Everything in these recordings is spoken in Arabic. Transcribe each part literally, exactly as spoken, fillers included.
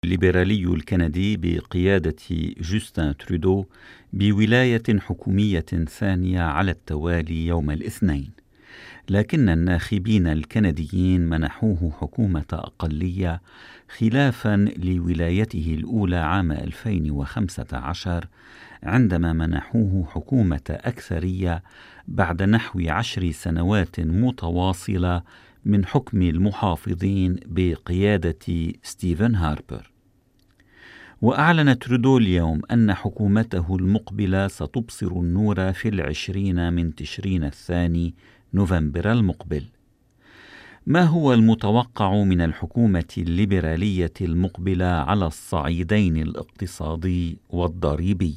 الليبرالي الكندي بقيادة جوستن ترودو بولاية حكومية ثانية على التوالي يوم الاثنين، لكن الناخبين الكنديين منحوه حكومة أقلية خلافا لولايته الأولى عام ألفين وخمسة عشر عندما منحوه حكومة أكثرية بعد نحو عشر سنوات متواصلة من حكم المحافظين بقيادة ستيفن هاربر. وأعلن ترودو اليوم أن حكومته المقبلة ستبصر النور في العشرين من تشرين الثاني نوفمبر المقبل. ما هو المتوقع من الحكومة الليبرالية المقبلة على الصعيدين الاقتصادي والضريبي؟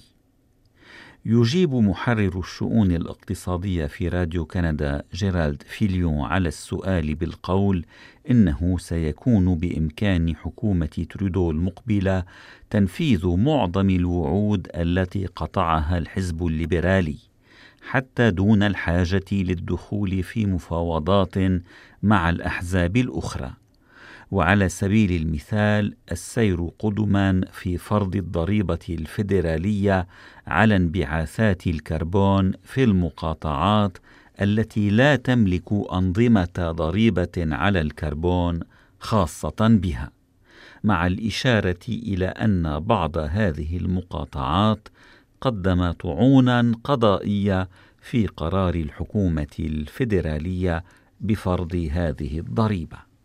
يجيب محرر الشؤون الاقتصادية في راديو كندا جيرالد فيليون على السؤال بالقول إنه سيكون بإمكان حكومة ترودو المقبلة تنفيذ معظم الوعود التي قطعها الحزب الليبرالي، حتى دون الحاجة للدخول في مفاوضات مع الأحزاب الأخرى. وعلى سبيل المثال السير قدما في فرض الضريبة الفيدرالية على انبعاثات الكربون في المقاطعات التي لا تملك أنظمة ضريبة على الكربون خاصة بها، مع الإشارة إلى أن بعض هذه المقاطعات قدم طعونا قضائية في قرار الحكومة الفيدرالية بفرض هذه الضريبة.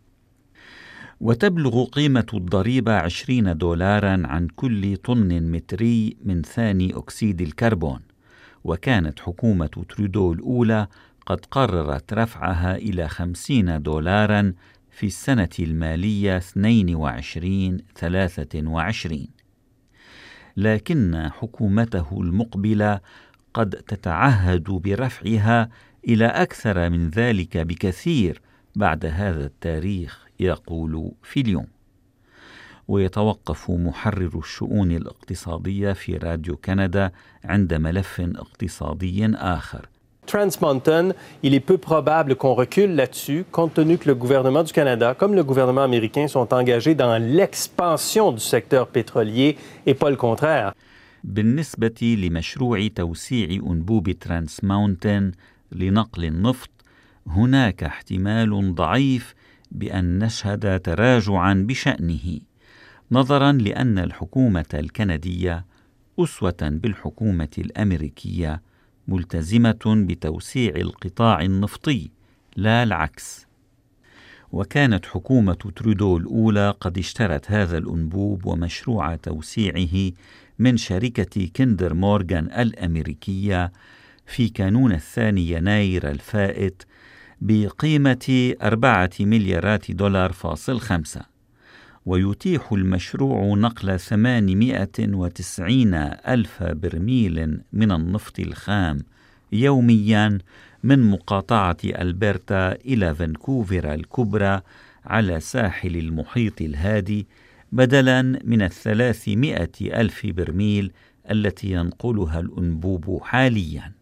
وتبلغ قيمة الضريبة عشرين دولاراً عن كل طن متري من ثاني أكسيد الكربون، وكانت حكومة ترودو الأولى قد قررت رفعها إلى خمسين دولاراً في السنة المالية اثنين وعشرين ثلاثة وعشرين، لكن حكومته المقبلة قد تتعهد برفعها إلى أكثر من ذلك بكثير بعد هذا التاريخ، يقول فيليون. ويتوقف محرر الشؤون الاقتصادية في راديو كندا عند ملف اقتصادي آخر. Trans Mountain, il est peu probable qu'on recule là-dessus, compte tenu que le gouvernement du Canada, comme le gouvernement américain, sont engagés dans l'expansion du secteur pétrolier et pas le contraire. بالنسبة لمشروع توسيع أنبوب ترانس ماونتن لنقل النفط، هناك احتمال ضعيف بأن نشهد تراجعا بشأنه، نظرا لأن الحكومة الكندية أسوة بالحكومة الأمريكية ملتزمة بتوسيع القطاع النفطي لا العكس. وكانت حكومة ترودو الأولى قد اشترت هذا الأنبوب ومشروع توسيعه من شركة كندر مورغان الأمريكية في كانون الثاني يناير الفائت بقيمة أربعة مليارات دولار فاصل خمسة، ويتيح المشروع نقل ثمانمائة وتسعين ألف برميل من النفط الخام يوميا من مقاطعة ألبرتا إلى فانكوفر الكبرى على ساحل المحيط الهادي، بدلا من الثلاثمائة ألف برميل التي ينقلها الأنبوب حاليا.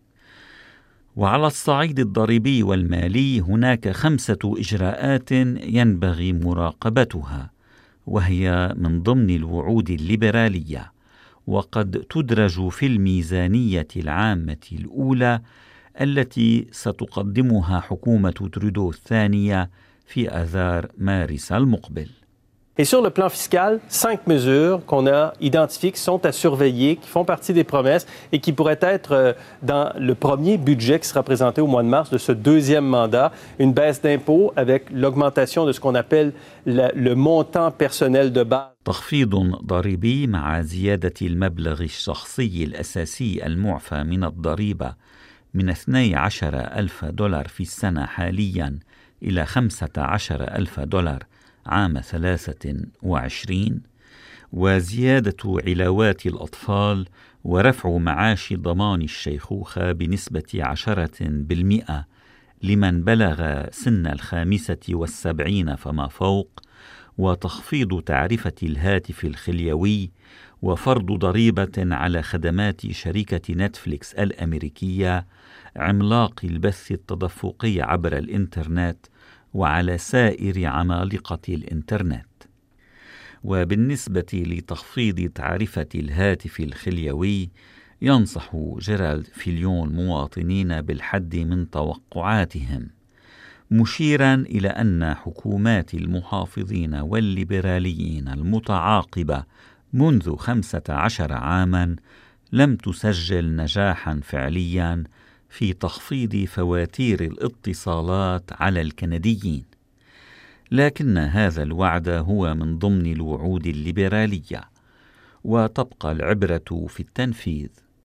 وعلى الصعيد الضريبي والمالي هناك خمسة إجراءات ينبغي مراقبتها، وهي من ضمن الوعود الليبرالية، وقد تدرج في الميزانية العامة الأولى التي ستقدمها حكومة ترودو الثانية في آذار مارس المقبل. Et sur le plan fiscal, cinq mesures qu'on a identifiées qui sont à surveiller, qui font partie des promesses et qui pourraient être dans le premier budget qui sera présenté au mois de mars de ce deuxième mandat. Une baisse d'impôts avec l'augmentation de ce qu'on appelle le, le montant personnel de base. تخفيض ضريبي مع زيادة المبلغ الشخصي الأساسي المعفى من الضريبة من اثني عشر ألف دولار في السنة حاليا إلى خمسة عشر ألف دولار عام ثلاثة وعشرين، وزيادة علاوات الأطفال ورفع معاش ضمان الشيخوخة بنسبة عشرة بالمئة لمن بلغ سن الخامسة والسبعين فما فوق، وتخفيض تعرفة الهاتف الخليوي، وفرض ضريبة على خدمات شركة نتفليكس الأمريكية عملاق البث التدفقي عبر الإنترنت وعلى سائر عمالقة الإنترنت. وبالنسبة لتخفيض تعرفة الهاتف الخليوي، ينصح جيرالد فيليون المواطنين بالحد من توقعاتهم، مشيرا إلى أن حكومات المحافظين والليبراليين المتعاقبة منذ خمسة عشر عاما لم تسجل نجاحا فعليا في تخفيض فواتير الاتصالات على الكنديين، لكن هذا الوعد هو من ضمن الوعود الليبرالية، وتبقى العبرة في التنفيذ.